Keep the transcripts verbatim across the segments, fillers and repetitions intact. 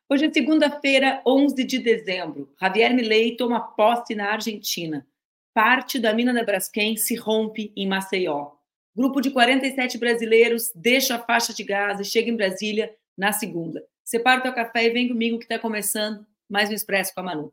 Hoje é segunda-feira, onze de dezembro. Javier Milei toma posse na Argentina. Parte da mina da Braskem se rompe em Maceió. Grupo de quarenta e sete brasileiros deixa a faixa de Gaza e chega em Brasília na segunda. Separa o teu café e vem comigo que está começando mais um Expresso com a Manu.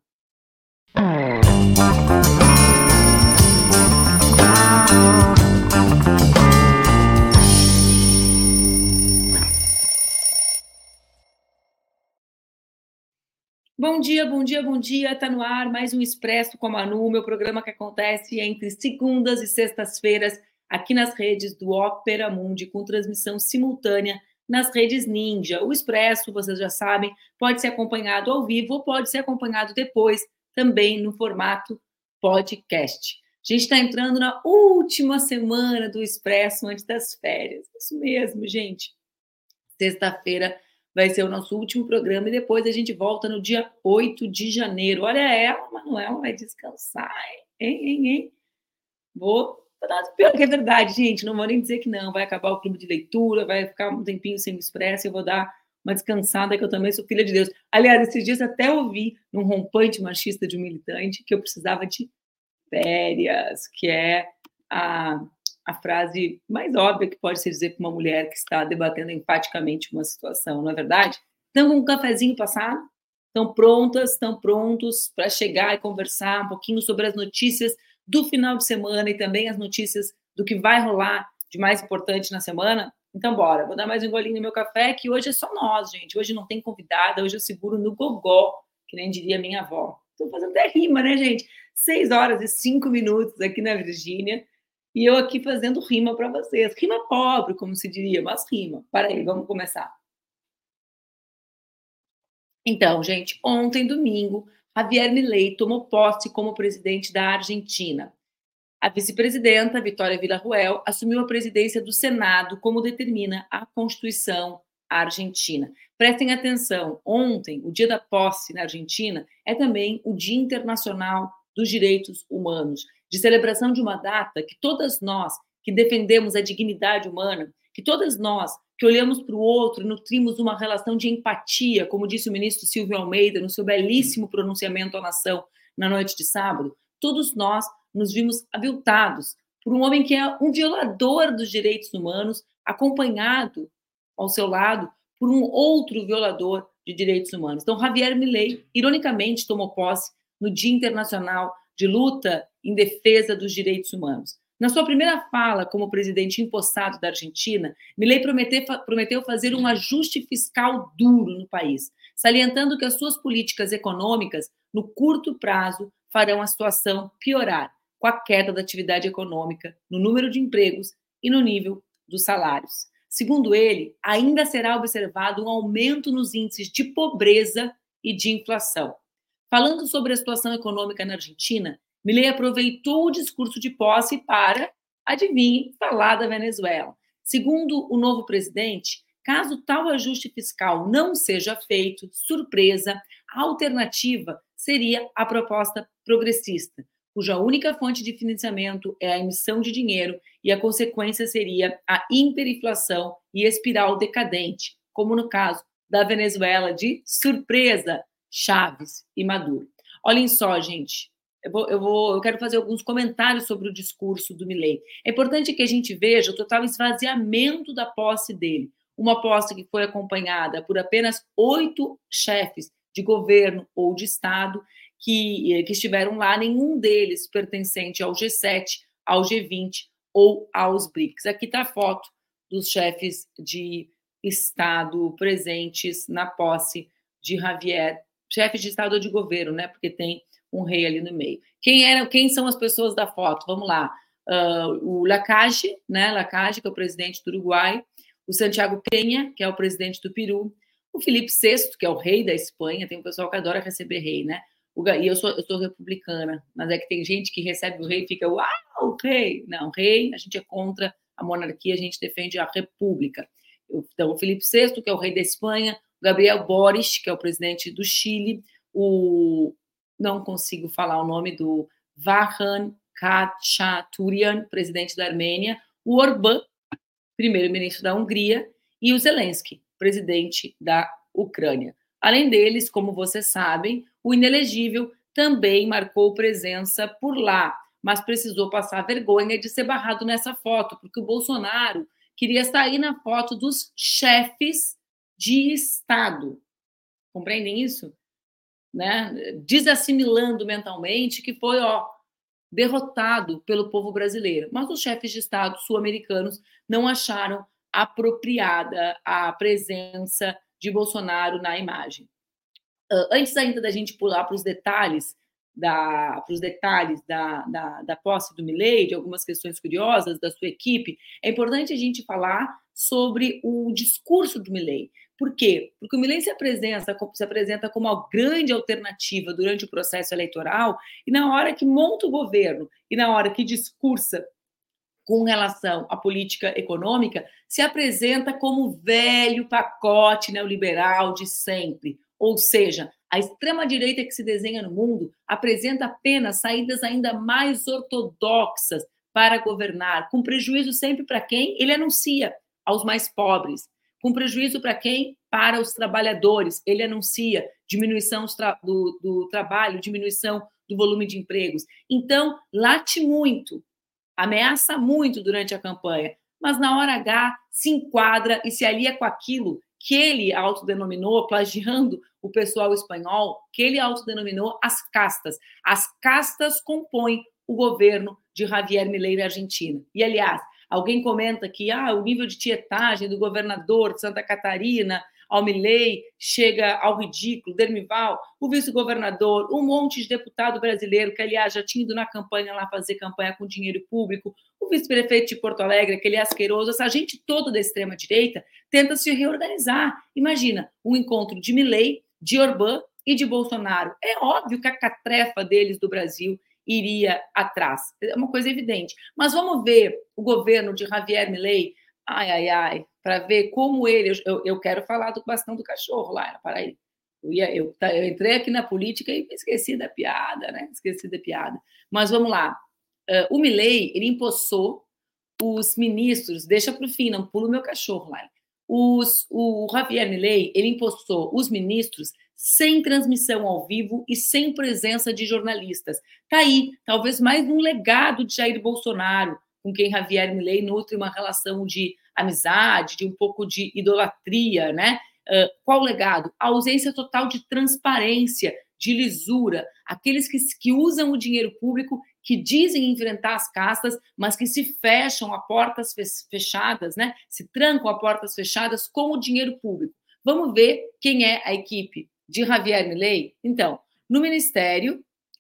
Bom dia, bom dia, bom dia. Está no ar mais um Expresso com a Manu, meu programa que acontece entre segundas e sextas-feiras aqui nas redes do Opera Mundi, com transmissão simultânea nas redes Ninja. O Expresso, vocês já sabem, pode ser acompanhado ao vivo ou pode ser acompanhado depois também no formato podcast. A gente está entrando na última semana do Expresso antes das férias. Isso mesmo, gente. Sexta-feira vai ser o nosso último programa e depois a gente volta no dia oito de janeiro. Olha ela, Manuela vai descansar, hein, hein, hein? Vou... Pior que é verdade, gente, não vou nem dizer que não. Vai acabar o clube de leitura, vai ficar um tempinho sem o Expresso, eu vou dar uma descansada, que eu também sou filha de Deus. Aliás, esses dias até ouvi num rompante machista de um militante que eu precisava de férias, que é a... a frase mais óbvia que pode se dizer para uma mulher que está debatendo empaticamente uma situação, não é verdade? Estão com um cafezinho passado? Estão prontas, estão prontos para chegar e conversar um pouquinho sobre as notícias do final de semana e também as notícias do que vai rolar de mais importante na semana? Então, bora. Vou dar mais um golinho no meu café, que hoje é só nós, gente. Hoje não tem convidada, hoje eu seguro no gogó, que nem diria minha avó. Estou fazendo até rima, né, gente? Seis horas e cinco minutos aqui na Virgínia. E eu aqui fazendo rima para vocês. Rima pobre, como se diria, mas rima. Para aí, vamos começar. Então, gente, ontem, domingo, Javier Milei tomou posse como presidente da Argentina. A vice-presidenta, Vitória Villarruel, assumiu a presidência do Senado, como determina a Constituição argentina. Prestem atenção, ontem, o dia da posse na Argentina, é também o Dia Internacional dos Direitos Humanos, de celebração de uma data que todas nós que defendemos a dignidade humana, que todas nós que olhamos para o outro e nutrimos uma relação de empatia, como disse o ministro Silvio Almeida no seu belíssimo pronunciamento à nação na noite de sábado, todos nós nos vimos aviltados por um homem que é um violador dos direitos humanos, acompanhado ao seu lado por um outro violador de direitos humanos. Então, Javier Milei, ironicamente, tomou posse no Dia Internacional de Luta em Defesa dos Direitos Humanos. Na sua primeira fala como presidente empossado da Argentina, Milei prometeu, prometeu fazer um ajuste fiscal duro no país, salientando que as suas políticas econômicas, no curto prazo, farão a situação piorar, com a queda da atividade econômica, no número de empregos e no nível dos salários. Segundo ele, ainda será observado um aumento nos índices de pobreza e de inflação. Falando sobre a situação econômica na Argentina, Milei aproveitou o discurso de posse para, adivinhe, falar da Venezuela. Segundo o novo presidente, caso tal ajuste fiscal não seja feito, surpresa, a alternativa seria a proposta progressista, cuja única fonte de financiamento é a emissão de dinheiro e a consequência seria a hiperinflação e espiral decadente, como no caso da Venezuela de surpresa, Chaves e Maduro. Olhem só, gente, eu, vou, eu, vou, eu quero fazer alguns comentários sobre o discurso do Milei. É importante que a gente veja o total esvaziamento da posse dele, uma posse que foi acompanhada por apenas oito chefes de governo ou de Estado que, que estiveram lá, nenhum deles pertencente ao G sete, ao G vinte ou aos BRICS. Aqui está a foto dos chefes de Estado presentes na posse de Javier, chefes de Estado ou de governo, né? Porque tem um rei ali no meio. Quem, era, quem são as pessoas da foto? Vamos lá. Uh, o Lacalle, né? Lacalle, que é o presidente do Uruguai, o Santiago Peña, que é o presidente do Peru, o Felipe sexto, que é o rei da Espanha, tem um pessoal que adora receber rei, né? O, e eu sou, eu sou republicana, mas é que tem gente que recebe o rei e fica, uau, rei! Não, rei, a gente é contra a monarquia, a gente defende a república. Então, o Felipe sexto, que é o rei da Espanha, o Gabriel Boric, que é o presidente do Chile, o... não consigo falar o nome do Vahan Khachaturian, presidente da Armênia, o Orbán, primeiro-ministro da Hungria, e o Zelensky, presidente da Ucrânia. Além deles, como vocês sabem, o inelegível também marcou presença por lá, mas precisou passar vergonha de ser barrado nessa foto, porque o Bolsonaro queria sair na foto dos chefes de Estado. Compreendem isso? Né? Desassimilando mentalmente que foi, ó, derrotado pelo povo brasileiro. Mas os chefes de Estado sul-americanos não acharam apropriada a presença de Bolsonaro na imagem. Uh, antes ainda da gente pular para os detalhes da, para os detalhes da, da, da posse do Milei, de algumas questões curiosas da sua equipe, é importante a gente falar sobre o discurso do Milei. Por quê? Porque o Milei se apresenta, se apresenta como uma grande alternativa durante o processo eleitoral e na hora que monta o governo e na hora que discursa com relação à política econômica, se apresenta como o velho pacote neoliberal de sempre. Ou seja, a extrema-direita que se desenha no mundo apresenta apenas saídas ainda mais ortodoxas para governar, com prejuízo sempre para quem? Ele anuncia aos mais pobres. Com prejuízo para quem? Para os trabalhadores. Ele anuncia diminuição do, do trabalho, diminuição do volume de empregos. Então, late muito, ameaça muito durante a campanha, mas na hora H se enquadra e se alia com aquilo que ele autodenominou, plagiando o pessoal espanhol, que ele autodenominou as castas. As castas compõem o governo de Javier Milei na Argentina. E, aliás, alguém comenta que ah, o nível de tietagem do governador de Santa Catarina ao Milei chega ao ridículo, Dermival, o vice-governador, um monte de deputado brasileiro que, aliás, já tinha ido na campanha lá fazer campanha com dinheiro público, o vice-prefeito de Porto Alegre, aquele asqueroso, essa gente toda da extrema-direita tenta se reorganizar. Imagina, um encontro de Milei, de Orbán e de Bolsonaro. É óbvio que a catrefa deles do Brasil iria atrás. É uma coisa evidente. Mas vamos ver o governo de Javier Milei, ai, ai, ai, para ver como ele... Eu, eu quero falar do bastão do cachorro lá, para aí. Eu, ia, eu, eu entrei aqui na política e esqueci da piada, né? Esqueci da piada. Mas vamos lá. Uh, o Milei, ele empossou os ministros... Deixa para o fim, não pula o meu cachorro lá. Os, o Javier Milei, ele empossou os ministros sem transmissão ao vivo e sem presença de jornalistas. Está aí, talvez mais um legado de Jair Bolsonaro, com quem Javier Milei nutre uma relação de amizade, de um pouco de idolatria, né? Uh, qual o legado? A ausência total de transparência, de lisura. Aqueles que, que usam o dinheiro público, que dizem enfrentar as castas, mas que se fecham a portas fechadas, né? Se trancam a portas fechadas com o dinheiro público. Vamos ver quem é a equipe de Javier Milei? Então, no Ministério...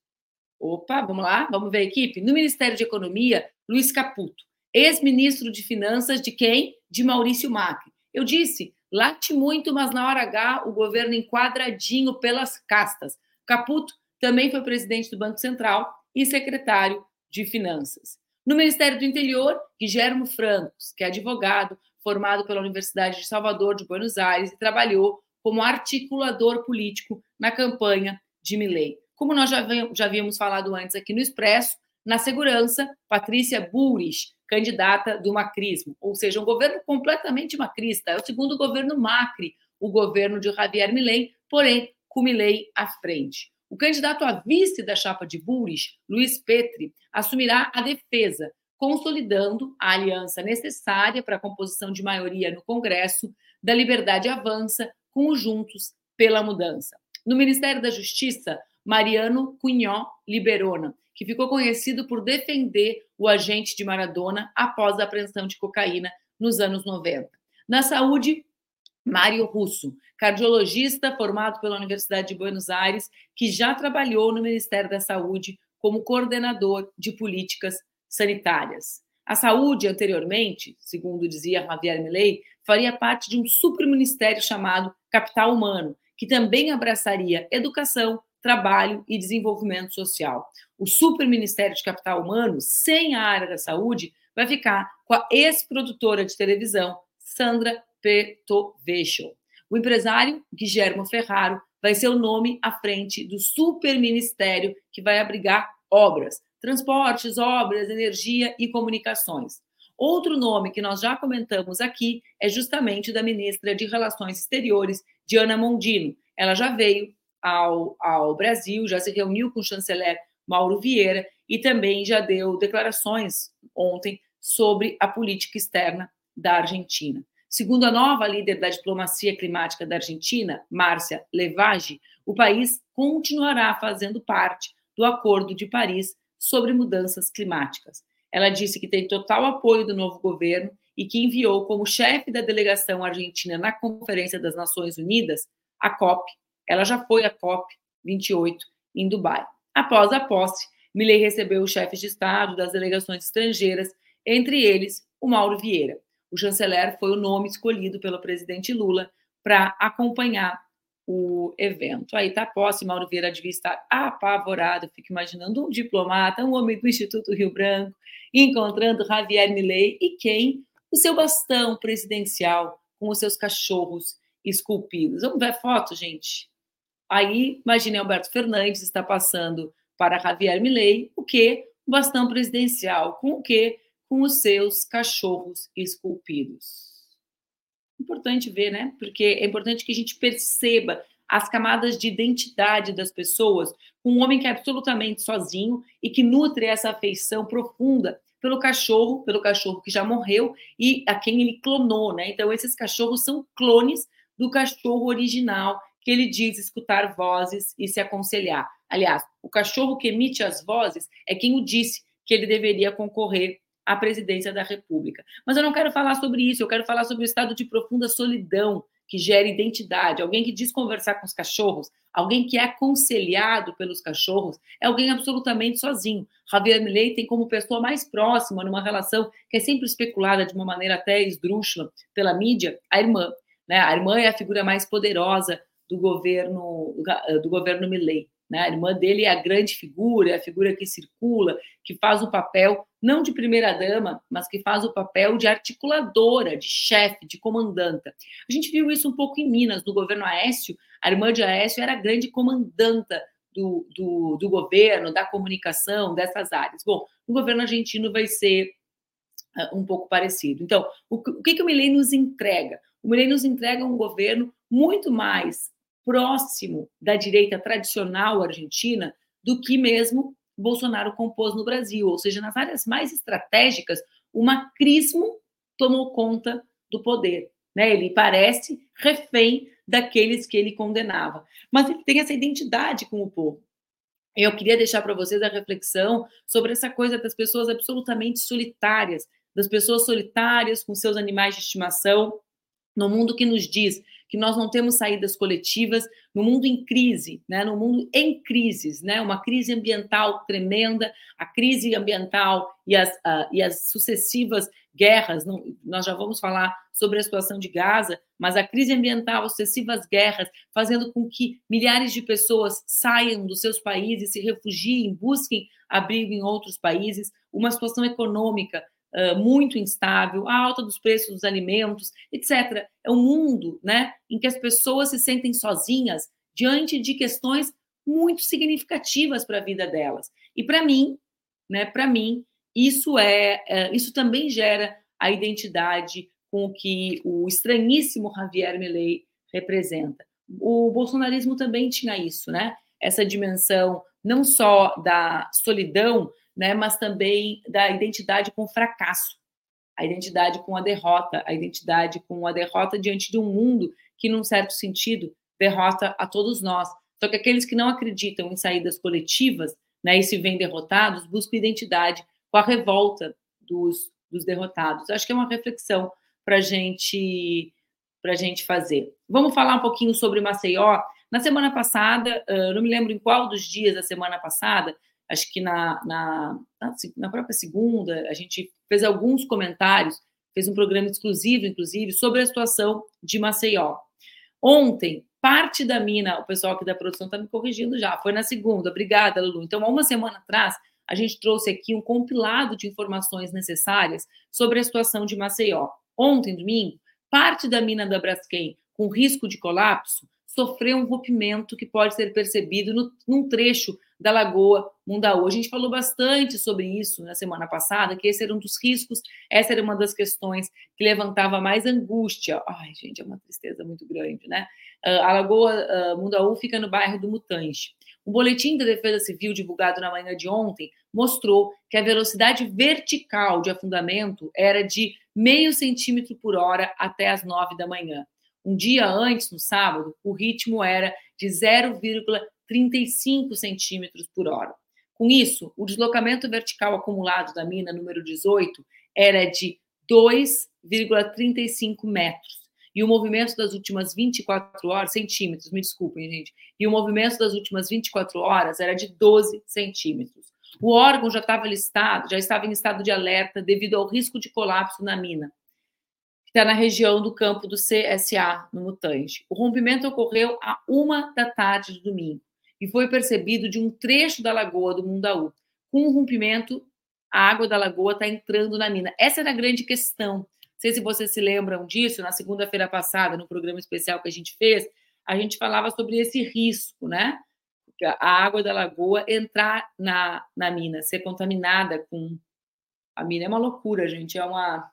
Opa, vamos lá, vamos ver a equipe. No Ministério de Economia, Luiz Caputo, ex-ministro de Finanças de quem? De Maurício Macri. Eu disse, late muito, mas na hora H o governo enquadradinho pelas castas. Caputo também foi presidente do Banco Central e secretário de Finanças. No Ministério do Interior, Guilherme Francos, que é advogado, formado pela Universidade de Salvador de Buenos Aires e trabalhou como articulador político na campanha de Milei. Como nós já, já havíamos falado antes aqui no Expresso, na segurança, Patrícia Bullrich, candidata do macrismo, ou seja, um governo completamente macrista. É o segundo governo Macri, o governo de Javier Milei, porém, com Milei à frente. O candidato a vice da chapa de Bullrich, Luiz Petri, assumirá a defesa, consolidando a aliança necessária para a composição de maioria no Congresso da Liberdade Avança com os Juntos pela Mudança. No Ministério da Justiça, Mariano Cunhó Liberona, que ficou conhecido por defender o agente de Maradona após a apreensão de cocaína nos anos noventa. Na saúde, Mário Russo, cardiologista formado pela Universidade de Buenos Aires, que já trabalhou no Ministério da Saúde como coordenador de políticas sanitárias. A saúde, anteriormente, segundo dizia Javier Milei, faria parte de um superministério chamado Capital Humano, que também abraçaria educação, trabalho e desenvolvimento social. O Superministério de Capital Humano, sem a área da saúde, vai ficar com a ex-produtora de televisão, Sandra Petovechel. O empresário, Guilherme Ferraro, vai ser o nome à frente do Superministério que vai abrigar obras, transportes, obras, energia e comunicações. Outro nome que nós já comentamos aqui é justamente da ministra de Relações Exteriores, Diana Mondino, ela já veio ao, ao Brasil, já se reuniu com o chanceler Mauro Vieira e também já deu declarações ontem sobre a política externa da Argentina. Segundo a nova líder da diplomacia climática da Argentina, Márcia Levage, o país continuará fazendo parte do Acordo de Paris sobre mudanças climáticas. Ela disse que tem total apoio do novo governo e que enviou como chefe da delegação argentina na Conferência das Nações Unidas, a COP. Ela já foi à COP vinte e oito em Dubai. Após a posse, Milei recebeu os chefes de Estado das delegações estrangeiras, entre eles o Mauro Vieira. O chanceler foi o nome escolhido pelo presidente Lula para acompanhar o evento. Aí está a posse, Mauro Vieira devia estar apavorado, eu fico imaginando um diplomata, um homem do Instituto Rio Branco, encontrando Javier Milei e quem? O seu bastão presidencial com os seus cachorros esculpidos. Vamos ver a foto, gente? Aí, imagine Alberto Fernandes está passando para Javier Milei o quê? O bastão presidencial. Com o quê? Com os seus cachorros esculpidos. Importante ver, né? Porque é importante que a gente perceba as camadas de identidade das pessoas com um homem que é absolutamente sozinho e que nutre essa afeição profunda pelo cachorro, pelo cachorro que já morreu e a quem ele clonou, né? Então, esses cachorros são clones do cachorro original que ele diz escutar vozes e se aconselhar. Aliás, o cachorro que emite as vozes é quem o disse que ele deveria concorrer à presidência da República. Mas eu não quero falar sobre isso, eu quero falar sobre o estado de profunda solidão que gera identidade. Alguém que diz conversar com os cachorros, alguém que é aconselhado pelos cachorros, é alguém absolutamente sozinho. Javier Milei tem como pessoa mais próxima, numa relação que é sempre especulada de uma maneira até esdrúxula pela mídia, a irmã. Né? A irmã é a figura mais poderosa do governo, do governo Milei. Né? A irmã dele é a grande figura, é a figura que circula, que faz o papel, não de primeira-dama, mas que faz o papel de articuladora, de chefe, de comandanta. A gente viu isso um pouco em Minas, no governo Aécio. A irmã de Aécio era a grande comandanta do, do, do governo, da comunicação, dessas áreas. Bom, no governo argentino vai ser uh, um pouco parecido. Então, o, o que, que o Milei nos entrega? O Milei nos entrega um governo muito mais próximo da direita tradicional argentina do que mesmo Bolsonaro compôs no Brasil, ou seja, nas áreas mais estratégicas, o macrismo tomou conta do poder. Né? Ele parece refém daqueles que ele condenava, mas ele tem essa identidade com o povo. Eu queria deixar para vocês a reflexão sobre essa coisa das pessoas absolutamente solitárias, das pessoas solitárias com seus animais de estimação, no mundo que nos diz que nós não temos saídas coletivas, no mundo em crise, né? No mundo em crises, né? Uma crise ambiental tremenda, a crise ambiental e as, uh, e as sucessivas guerras, não, nós já vamos falar sobre a situação de Gaza, mas a crise ambiental, as sucessivas guerras, fazendo com que milhares de pessoas saiam dos seus países, se refugiem, busquem abrigo em outros países, uma situação econômica Uh, muito instável, a alta dos preços dos alimentos, etcétera. É um mundo, né, em que as pessoas se sentem sozinhas diante de questões muito significativas para a vida delas. E para mim, né, para mim, isso é, uh, isso também gera a identidade com o que o estranhíssimo Javier Milei representa. O bolsonarismo também tinha isso, né? Essa dimensão não só da solidão, né, mas também da identidade com o fracasso, a identidade com a derrota, a identidade com a derrota diante de um mundo que, num certo sentido, derrota a todos nós. Só que aqueles que não acreditam em saídas coletivas, né, e se veem derrotados, buscam identidade com a revolta dos, dos derrotados. Acho que é uma reflexão para gente, a gente fazer. Vamos falar um pouquinho sobre Maceió. Na semana passada, eu não me lembro em qual dos dias da semana passada, acho que na, na, na própria segunda, a gente fez alguns comentários, fez um programa exclusivo, inclusive, sobre a situação de Maceió. Ontem, parte da mina, o pessoal aqui da produção está me corrigindo já, foi na segunda, obrigada, Lulu. Então, há uma semana atrás, a gente trouxe aqui um compilado de informações necessárias sobre a situação de Maceió. Ontem, domingo, parte da mina da Braskem, com risco de colapso, sofreu um rompimento que pode ser percebido no, num trecho da Lagoa Mundaú. A gente falou bastante sobre isso na semana passada, que esse era um dos riscos, essa era uma das questões que levantava mais angústia. Ai, gente, é uma tristeza muito grande, né? a Lagoa uh, Mundaú fica no bairro do Mutange. Um boletim da Defesa Civil divulgado na manhã de ontem mostrou que a velocidade vertical de afundamento era de meio centímetro por hora até as nove da manhã. Um dia antes, no sábado, o ritmo era de zero vírgula trinta e cinco centímetros por hora. Com isso, o deslocamento vertical acumulado da mina número dezoito era de dois vírgula trinta e cinco metros. E o movimento das últimas vinte e quatro horas, centímetros, me desculpem, gente, e o movimento das últimas vinte e quatro horas era de doze centímetros. O órgão já estava listado, já estava em estado de alerta devido ao risco de colapso na mina, que está na região do campo do C S A, no Mutange. O rompimento ocorreu à uma da tarde de domingo e foi percebido de um trecho da lagoa do Mundaú. Com o rompimento, a água da lagoa está entrando na mina. Essa era a grande questão. Não sei se vocês se lembram disso, na segunda-feira passada, no programa especial que a gente fez, a gente falava sobre esse risco, né? A água da lagoa entrar na, na mina, ser contaminada com... A mina é uma loucura, gente, é uma...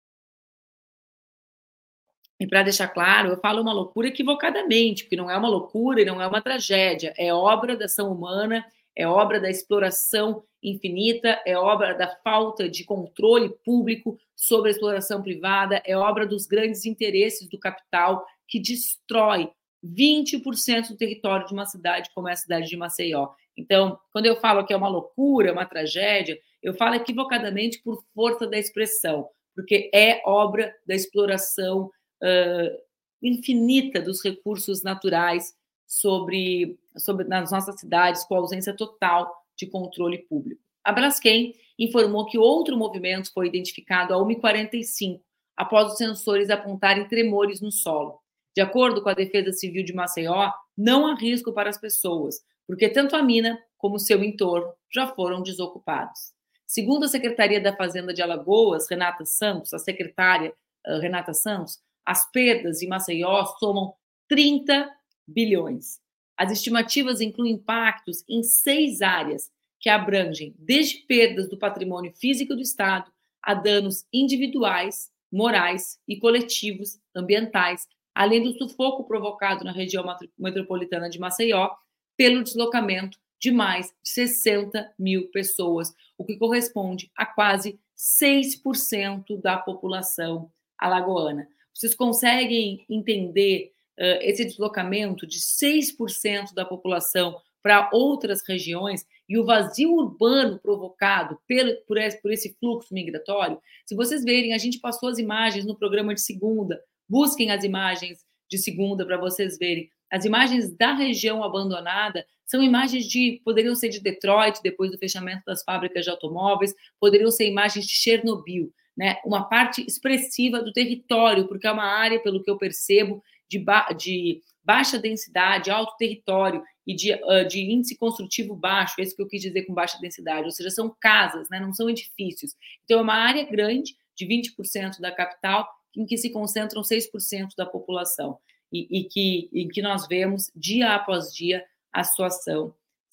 E para deixar claro, eu falo uma loucura equivocadamente, porque não é uma loucura e não é uma tragédia, é obra da ação humana, é obra da exploração infinita, é obra da falta de controle público sobre a exploração privada, é obra dos grandes interesses do capital que destrói vinte por cento do território de uma cidade como é a cidade de Maceió. Então, quando eu falo que é uma loucura, uma tragédia, eu falo equivocadamente por força da expressão, porque é obra da exploração Uh, infinita dos recursos naturais sobre, sobre nas nossas cidades, com ausência total de controle público. A Braskem informou que outro movimento foi identificado a uma e quarenta e cinco, após os sensores apontarem tremores no solo. De acordo com a Defesa Civil de Maceió, não há risco para as pessoas, porque tanto a mina como seu entorno já foram desocupados. Segundo a Secretaria da Fazenda de Alagoas, Renata Santos, a secretária uh, Renata Santos, as perdas em Maceió somam trinta bilhões. As estimativas incluem impactos em seis áreas, que abrangem desde perdas do patrimônio físico do Estado a danos individuais, morais e coletivos ambientais, além do sufoco provocado na região metropolitana de Maceió pelo deslocamento de mais de sessenta mil pessoas, o que corresponde a quase seis por cento da população alagoana. Vocês conseguem entender uh, esse deslocamento de seis por cento da população para outras regiões e o vazio urbano provocado pelo, por, esse, por esse fluxo migratório? Se vocês verem, a gente passou as imagens no programa de segunda. Busquem as imagens de segunda para vocês verem. As imagens da região abandonada são imagens de... Poderiam ser de Detroit, depois do fechamento das fábricas de automóveis, poderiam ser imagens de Chernobyl. Né, uma parte expressiva do território, porque é uma área, pelo que eu percebo, de, ba de baixa densidade, alto território e de, uh, de índice construtivo baixo, é isso que eu quis dizer com baixa densidade, ou seja, são casas, né, não são edifícios. Então, é uma área grande, de vinte por cento da capital, em que se concentram seis por cento da população, e, e que, em que nós vemos, dia após dia, a situação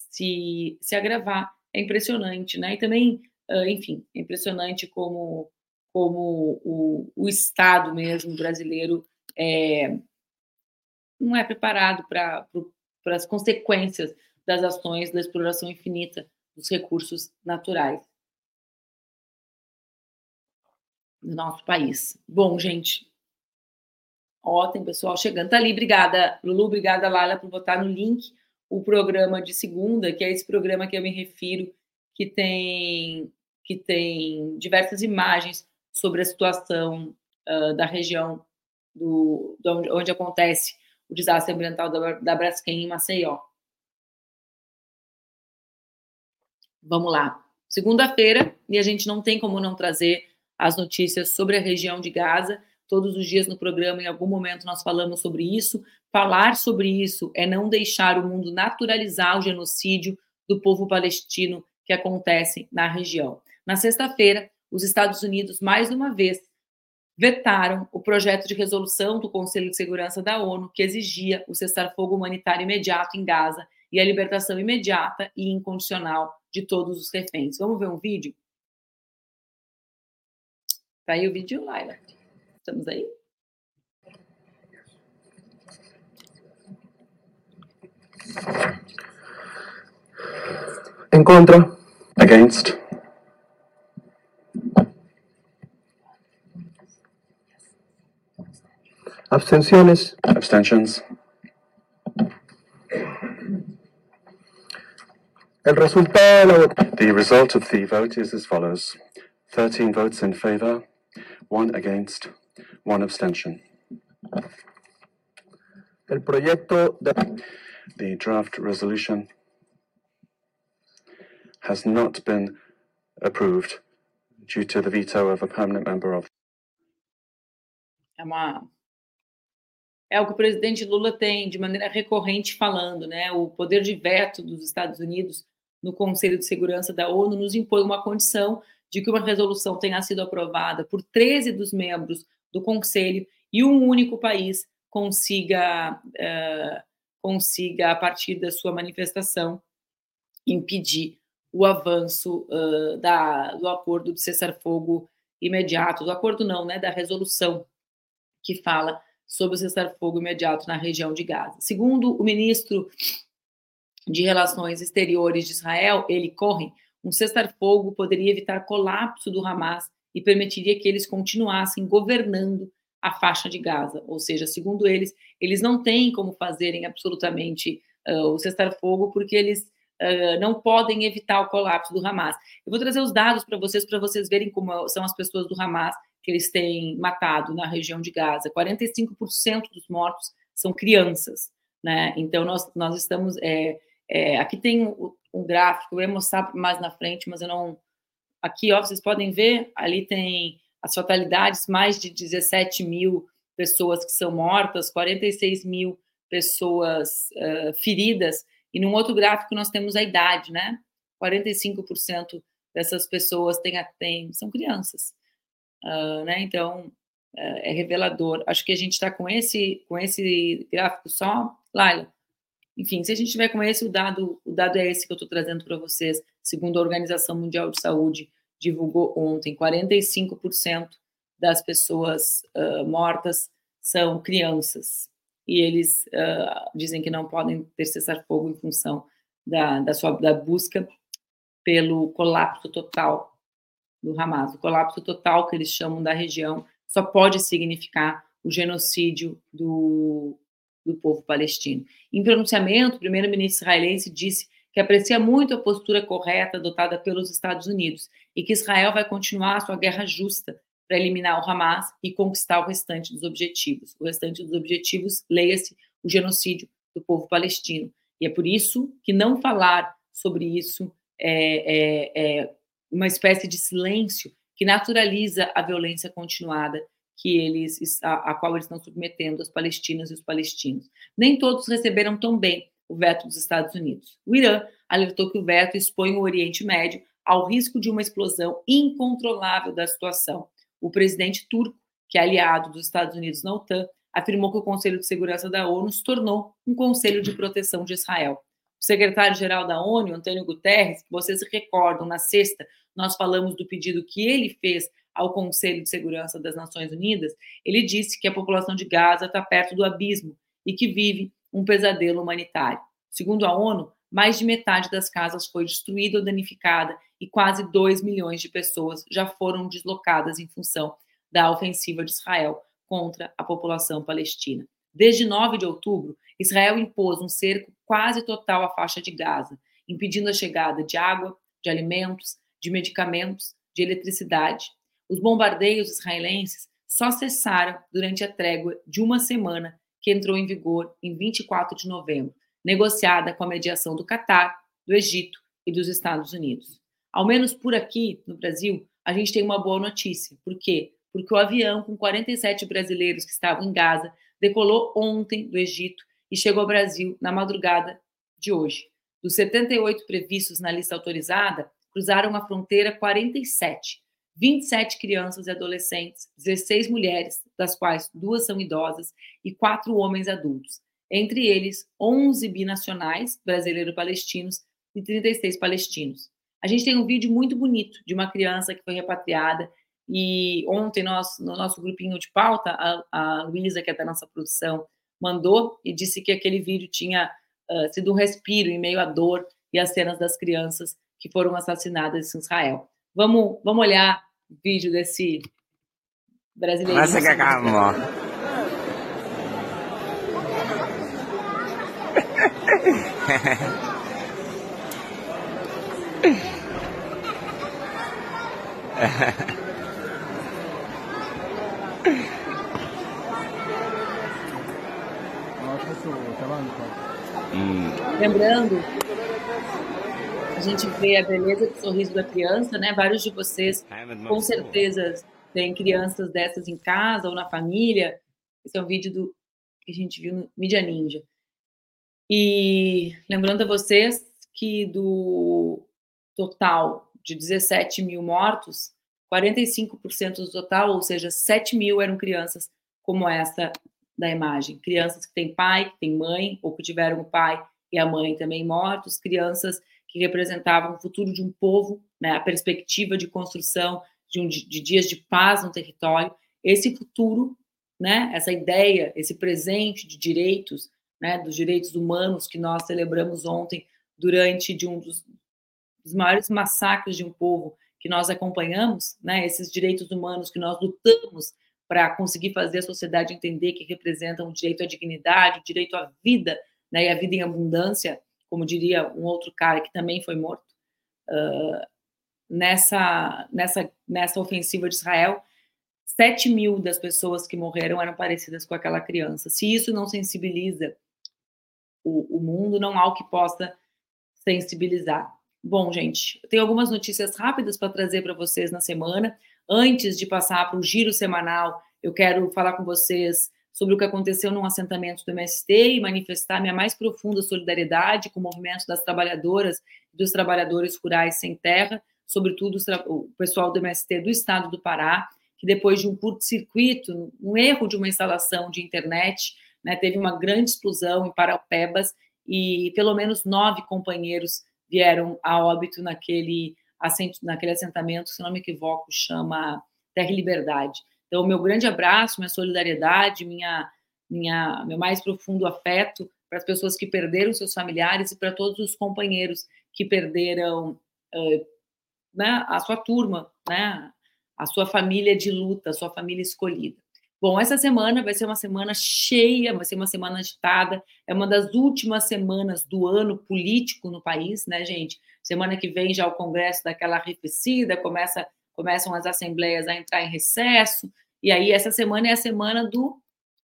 se, se agravar. É impressionante, né? E também, uh, enfim, é impressionante como... como o, o Estado mesmo brasileiro é, não é preparado para as consequências das ações da exploração infinita dos recursos naturais do nosso país. Bom, gente, ó, tem pessoal chegando. Tá ali, obrigada, Lulu, obrigada, Laila, por botar no link o programa de segunda, que é esse programa que eu me refiro, que tem, que tem diversas imagens sobre a situação uh, da região do, do onde, onde acontece o desastre ambiental da, da Braskem em Maceió. Vamos lá. Segunda-feira, e a gente não tem como não trazer as notícias sobre a região de Gaza. Todos os dias no programa, em algum momento, nós falamos sobre isso. Falar sobre isso é não deixar o mundo naturalizar o genocídio do povo palestino que acontece na região. Na sexta-feira, os Estados Unidos, mais uma vez, vetaram o projeto de resolução do Conselho de Segurança da ONU que exigia o cessar-fogo humanitário imediato em Gaza e a libertação imediata e incondicional de todos os reféns. Vamos ver um vídeo? Tá aí o vídeo, Laila? Estamos aí? contra? Against? Abstenciones. Abstentions? El resultado de la votación. The result of the vote is as follows. thirteen votes in favor, one against, one abstention. El proyecto de... The draft resolution has not been approved due to the veto of a permanent member of. É uma É o que o presidente Lula tem de maneira recorrente falando, né? O poder de veto dos Estados Unidos no Conselho de Segurança da ONU nos impõe uma condição de que uma resolução tenha sido aprovada por treze dos membros do Conselho e um único país consiga, uh, consiga, a partir da sua manifestação, impedir o avanço uh, da, do acordo de cessar-fogo imediato, do acordo não, né? Da resolução que fala sobre o cessar-fogo imediato na região de Gaza. Segundo o ministro de Relações Exteriores de Israel, Eli Cohen, um cessar-fogo poderia evitar colapso do Hamas e permitiria que eles continuassem governando a faixa de Gaza. Ou seja, segundo eles, eles não têm como fazerem absolutamente uh, o cessar-fogo porque eles uh, não podem evitar o colapso do Hamas. Eu vou trazer os dados para vocês, para vocês verem como são as pessoas do Hamas que eles têm matado na região de Gaza. quarenta e cinco por cento dos mortos são crianças, né? Então, nós, nós estamos... É, é, aqui tem um, um gráfico, eu ia mostrar mais na frente, mas eu não... Aqui, ó, vocês podem ver, ali tem as fatalidades, mais de dezessete mil pessoas que são mortas, quarenta e seis mil pessoas uh, feridas, e num outro gráfico nós temos a idade, né? quarenta e cinco por cento dessas pessoas têm, têm, são crianças. Uh, né? Então, uh, é revelador. Acho que a gente está com esse, com esse gráfico só, Laila. Enfim, se a gente tiver com esse, o dado, o dado é esse que eu estou trazendo para vocês, segundo a Organização Mundial de Saúde, divulgou ontem, quarenta e cinco por cento das pessoas uh, mortas são crianças, e eles uh, dizem que não podem ter cessar-fogo em função da, da, sua, da busca pelo colapso total do Hamas. O colapso total que eles chamam da região só pode significar o genocídio do, do povo palestino. Em pronunciamento, o primeiro-ministro israelense disse que aprecia muito a postura correta adotada pelos Estados Unidos e que Israel vai continuar a sua guerra justa para eliminar o Hamas e conquistar o restante dos objetivos. O restante dos objetivos, leia-se, o genocídio do povo palestino. E é por isso que não falar sobre isso é, é, é uma espécie de silêncio que naturaliza a violência continuada que eles, a, a qual eles estão submetendo as palestinas e os palestinos. Nem todos receberam tão bem o veto dos Estados Unidos. O Irã alertou que o veto expõe o Oriente Médio ao risco de uma explosão incontrolável da situação. O presidente turco, que é aliado dos Estados Unidos na OTAN, afirmou que o Conselho de Segurança da ONU se tornou um Conselho de Proteção de Israel. O secretário-geral da ONU, Antônio Guterres, vocês se recordam, na sexta, nós falamos do pedido que ele fez ao Conselho de Segurança das Nações Unidas. Ele disse que a população de Gaza está perto do abismo e que vive um pesadelo humanitário. Segundo a ONU, mais de metade das casas foi destruída ou danificada e quase dois milhões de pessoas já foram deslocadas em função da ofensiva de Israel contra a população palestina. Desde nove de outubro, Israel impôs um cerco quase total à faixa de Gaza, impedindo a chegada de água, de alimentos, de medicamentos, de eletricidade. Os bombardeios israelenses só cessaram durante a trégua de uma semana que entrou em vigor em vinte e quatro de novembro, negociada com a mediação do Catar, do Egito e dos Estados Unidos. Ao menos por aqui, no Brasil, a gente tem uma boa notícia. Por quê? Porque o avião com quarenta e sete brasileiros que estavam em Gaza decolou ontem do Egito e chegou ao Brasil na madrugada de hoje. Dos setenta e oito previstos na lista autorizada, cruzaram a fronteira quarenta e sete, vinte e sete crianças e adolescentes, dezesseis mulheres, das quais duas são idosas, e quatro homens adultos. Entre eles, onze binacionais, brasileiro-palestinos, e trinta e seis palestinos. A gente tem um vídeo muito bonito de uma criança que foi repatriada, e ontem nós, no nosso grupinho de pauta, a, a Luísa, que é da nossa produção, mandou e disse que aquele vídeo tinha uh, sido um respiro em meio à dor e às cenas das crianças que que foram assassinadas em Israel. Vamos, vamos olhar o vídeo desse brasileiro. Nossa, que calma. Lembrando, a gente vê a beleza do sorriso da criança, né? Vários de vocês, com certeza, têm crianças dessas em casa ou na família. Esse é um vídeo do, que a gente viu no Mídia Ninja. E lembrando a vocês que do total de dezessete mil mortos, quarenta e cinco por cento do total, ou seja, sete mil eram crianças como essa da imagem. Crianças que têm pai, que têm mãe, ou que tiveram o pai e a mãe também mortos, crianças que representavam o futuro de um povo, né, a perspectiva de construção de, um, de dias de paz no território. Esse futuro, né, essa ideia, esse presente de direitos, né, dos direitos humanos que nós celebramos ontem durante de um dos, dos maiores massacres de um povo que nós acompanhamos, né, esses direitos humanos que nós lutamos para conseguir fazer a sociedade entender que representam o direito à dignidade, o direito à vida, né, e a vida em abundância, como diria um outro cara que também foi morto uh, nessa, nessa, nessa ofensiva de Israel. Sete mil das pessoas que morreram eram parecidas com aquela criança. Se isso não sensibiliza o, o mundo, não há o que possa sensibilizar. Bom, gente, eu tenho algumas notícias rápidas para trazer para vocês na semana. Antes de passar para o giro semanal, eu quero falar com vocês sobre o que aconteceu num assentamento do M S T e manifestar minha mais profunda solidariedade com o movimento das trabalhadoras e dos trabalhadores rurais sem terra, sobretudo o pessoal do M S T do estado do Pará, que depois de um curto-circuito, um erro de uma instalação de internet, né, teve uma grande explosão em Paraupebas e pelo menos nove companheiros vieram a óbito naquele, naquele assentamento, se não me equivoco, chama Terra e Liberdade. Então, meu grande abraço, minha solidariedade, minha, minha, meu mais profundo afeto para as pessoas que perderam seus familiares e para todos os companheiros que perderam uh, né, a sua turma, né, a sua família de luta, a sua família escolhida. Bom, essa semana vai ser uma semana cheia, vai ser uma semana agitada, é uma das últimas semanas do ano político no país, né, gente? Semana que vem já o Congresso dá aquela arrefecida, começa, começam as assembleias a entrar em recesso, e aí essa semana é a semana do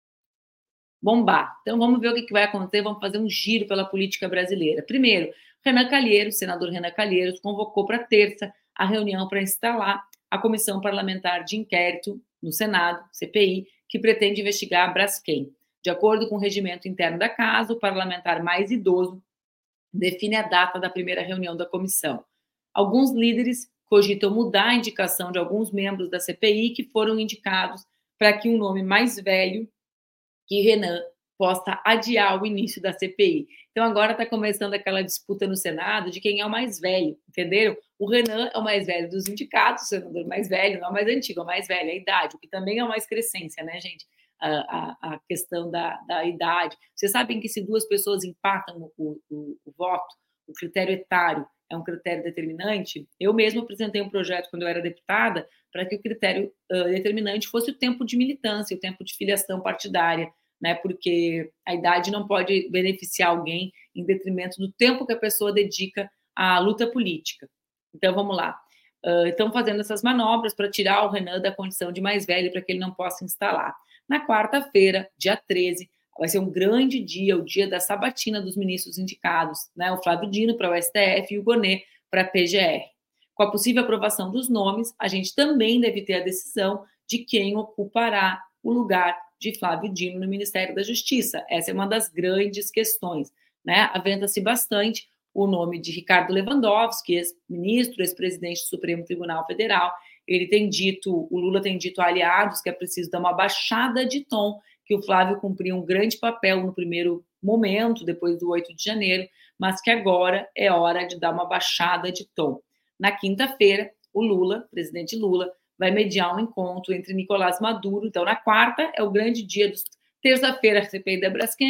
bombar. Então vamos ver o que vai acontecer, vamos fazer um giro pela política brasileira. Primeiro, Renan Calheiros, o senador Renan Calheiros, convocou para terça a reunião para instalar a Comissão Parlamentar de Inquérito no Senado, C P I, que pretende investigar a Braskem. De acordo com o regimento interno da casa, o parlamentar mais idoso define a data da primeira reunião da comissão. Alguns líderes cogitam mudar a indicação de alguns membros da C P I que foram indicados para que um nome mais velho que Renan possa adiar o início da C P I. Então, agora está começando aquela disputa no Senado de quem é o mais velho, entenderam? O Renan é o mais velho dos indicados, o senador mais velho, não é o mais antigo, é o mais velho, a idade, o que também é uma excrescência, né, gente? A, a, a questão da, da idade. Vocês sabem que se duas pessoas empatam o, o, o voto, o critério etário é um critério determinante. Eu mesma apresentei um projeto quando eu era deputada para que o critério uh, determinante fosse o tempo de militância, o tempo de filiação partidária, né, porque a idade não pode beneficiar alguém em detrimento do tempo que a pessoa dedica à luta política. Então, vamos lá. Uh, estão fazendo essas manobras para tirar o Renan da condição de mais velho, para que ele não possa instalar. Na quarta-feira, dia treze, vai ser um grande dia, o dia da sabatina dos ministros indicados, né, o Flávio Dino para o S T F e o Gonê para a P G R. Com a possível aprovação dos nomes, a gente também deve ter a decisão de quem ocupará o lugar de Flávio Dino no Ministério da Justiça. Essa é uma das grandes questões, né? Aventa-se bastante o nome de Ricardo Lewandowski, ex-ministro, ex-presidente do Supremo Tribunal Federal. Ele tem dito, o Lula tem dito a aliados que é preciso dar uma baixada de tom, que o Flávio cumpriu um grande papel no primeiro momento, depois do oito de janeiro, mas que agora é hora de dar uma baixada de tom. Na quinta-feira, o Lula, presidente Lula, vai mediar um encontro entre Nicolás Maduro. Então, na quarta é o grande dia, dos... terça-feira, a C P I da Braskem,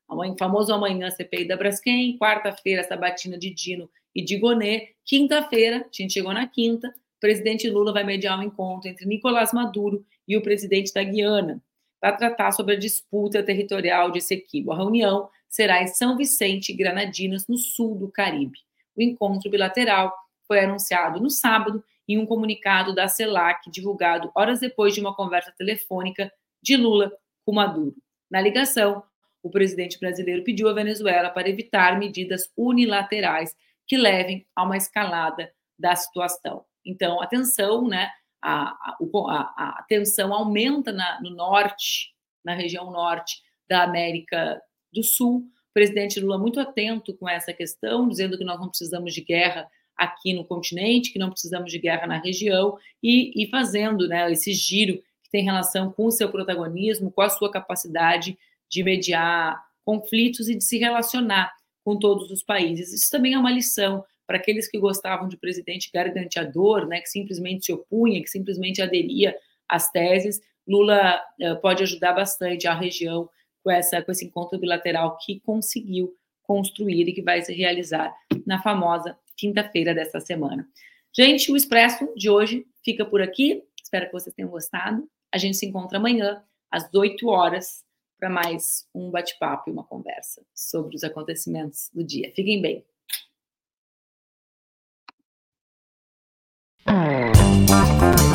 Amanhã, famoso amanhã, C P I da Braskem, quarta-feira, sabatina de Dino e de Gonê, quinta-feira, a gente chegou na quinta, o presidente Lula vai mediar um encontro entre Nicolás Maduro e o presidente da Guiana, para tratar sobre a disputa territorial de Essequibo. A reunião será em São Vicente e Granadinas, no sul do Caribe. O encontro bilateral foi anunciado no sábado em um comunicado da CELAC, divulgado horas depois de uma conversa telefônica de Lula com Maduro. Na ligação, o presidente brasileiro pediu à Venezuela para evitar medidas unilaterais que levem a uma escalada da situação. Então, a tensão, né, a, a, a tensão aumenta na, no norte, na região norte da América do Sul. O presidente Lula muito atento com essa questão, dizendo que nós não precisamos de guerra aqui no continente, que não precisamos de guerra na região, e, e fazendo, né, esse giro que tem relação com o seu protagonismo, com a sua capacidade de mediar conflitos e de se relacionar com todos os países. Isso também é uma lição para aqueles que gostavam de presidente garganteador, né, que simplesmente se opunha, que simplesmente aderia às teses. Lula uh, pode ajudar bastante a região com, essa, com esse encontro bilateral que conseguiu construir e que vai se realizar na famosa quinta-feira desta semana. Gente, o Expresso de hoje fica por aqui. Espero que vocês tenham gostado. A gente se encontra amanhã, às oito horas, para mais um bate-papo e uma conversa sobre os acontecimentos do dia. Fiquem bem. Oh.